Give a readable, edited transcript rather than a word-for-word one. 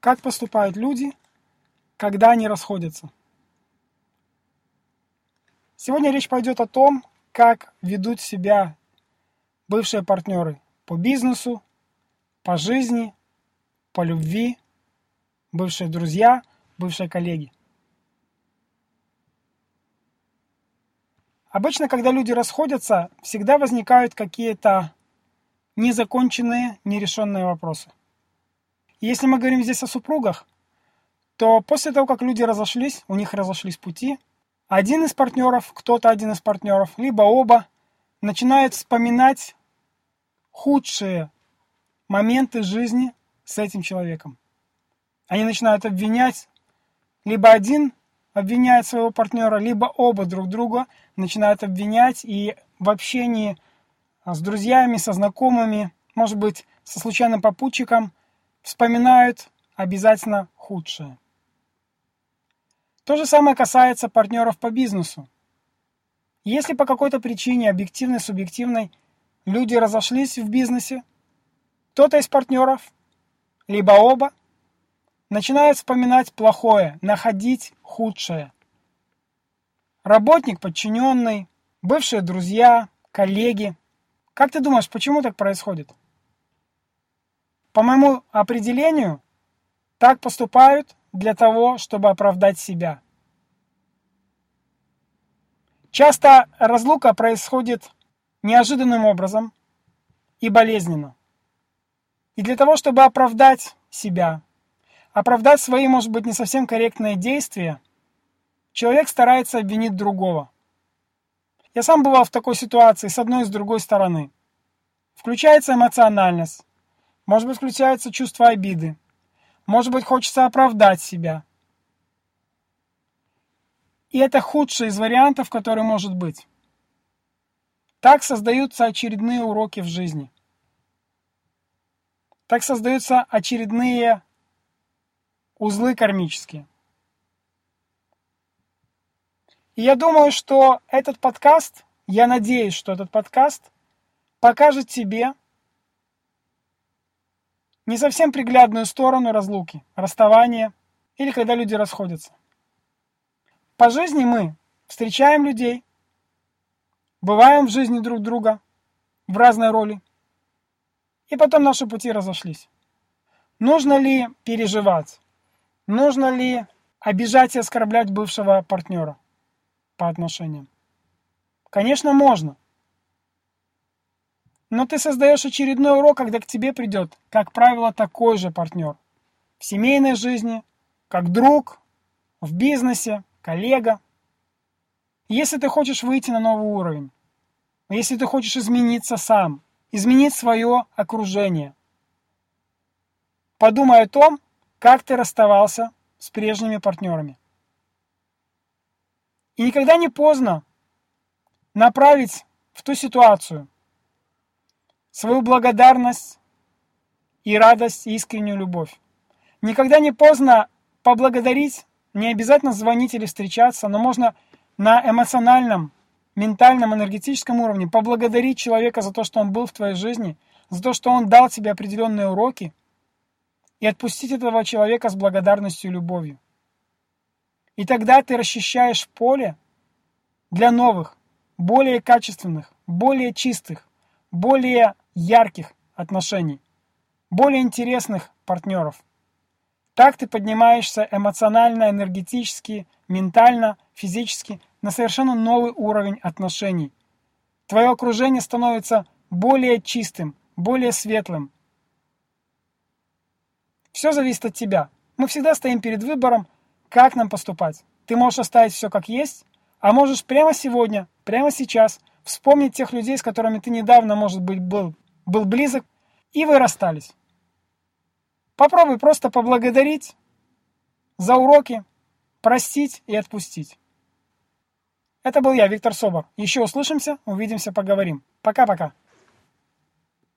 Как поступают люди, когда они расходятся? Сегодня речь пойдет о том, как ведут себя бывшие партнеры по бизнесу, по жизни, по любви, бывшие друзья, бывшие коллеги. Обычно, когда люди расходятся, всегда возникают какие-то незаконченные, нерешенные вопросы. И если мы говорим здесь о супругах, то после того, как люди разошлись, у них разошлись пути, один из партнеров, либо оба, начинают вспоминать худшие моменты жизни с этим человеком. Они начинают обвинять, либо один обвиняет своего партнера, либо оба друг друга начинают обвинять, и в общении с друзьями, со знакомыми, может быть, со случайным попутчиком вспоминают обязательно худшее. То же самое касается партнеров по бизнесу. Если по какой-то причине, объективной, субъективной, люди разошлись в бизнесе, кто-то из партнеров, либо оба, начинают вспоминать плохое, находить худшее. Работник, подчиненный, бывшие друзья, коллеги. Как ты думаешь, почему так происходит? По моему определению, так поступают для того, чтобы оправдать себя. Часто разлука происходит неожиданным образом и болезненно. И для того, чтобы оправдать себя, оправдать свои, может быть, не совсем корректные действия, человек старается обвинить другого. Я сам бывал в такой ситуации с одной и с другой стороны. Включается эмоциональность, может быть, включается чувство обиды, может быть, хочется оправдать себя. И это худший из вариантов, который может быть. Так создаются очередные уроки в жизни. Так создаются очередные узлы кармические. И я думаю, что этот подкаст, я надеюсь, что этот подкаст покажет тебе не совсем приглядную сторону разлуки, расставания или когда люди расходятся. По жизни мы встречаем людей, бываем в жизни друг друга в разной роли, и потом наши пути разошлись. Нужно ли переживать? Нужно ли обижать и оскорблять бывшего партнера по отношениям? Конечно, можно. Но ты создаешь очередной урок, когда к тебе придет, как правило, такой же партнер. В семейной жизни, как друг, в бизнесе, коллега. Если ты хочешь выйти на новый уровень, если ты хочешь измениться сам, изменить свое окружение, подумай о том, как ты расставался с прежними партнерами. И никогда не поздно направить в ту ситуацию свою благодарность и радость, и искреннюю любовь. Никогда не поздно поблагодарить, не обязательно звонить или встречаться, но можно на эмоциональном, ментальном, энергетическом уровне поблагодарить человека за то, что он был в твоей жизни, за то, что он дал тебе определенные уроки, и отпустить этого человека с благодарностью и любовью. И тогда ты расчищаешь поле для новых, более качественных, более чистых, более ярких отношений, более интересных партнеров. Так ты поднимаешься эмоционально, энергетически, ментально, физически на совершенно новый уровень отношений. Твое окружение становится более чистым, более светлым. Все зависит от тебя. Мы всегда стоим перед выбором, как нам поступать. Ты можешь оставить все как есть, а можешь прямо сегодня, прямо сейчас вспомнить тех людей, с которыми ты недавно, может быть, был близок, и вы расстались. Попробуй просто поблагодарить за уроки, простить и отпустить. Это был я, Виктор Собор. Еще услышимся, увидимся, поговорим. Пока-пока.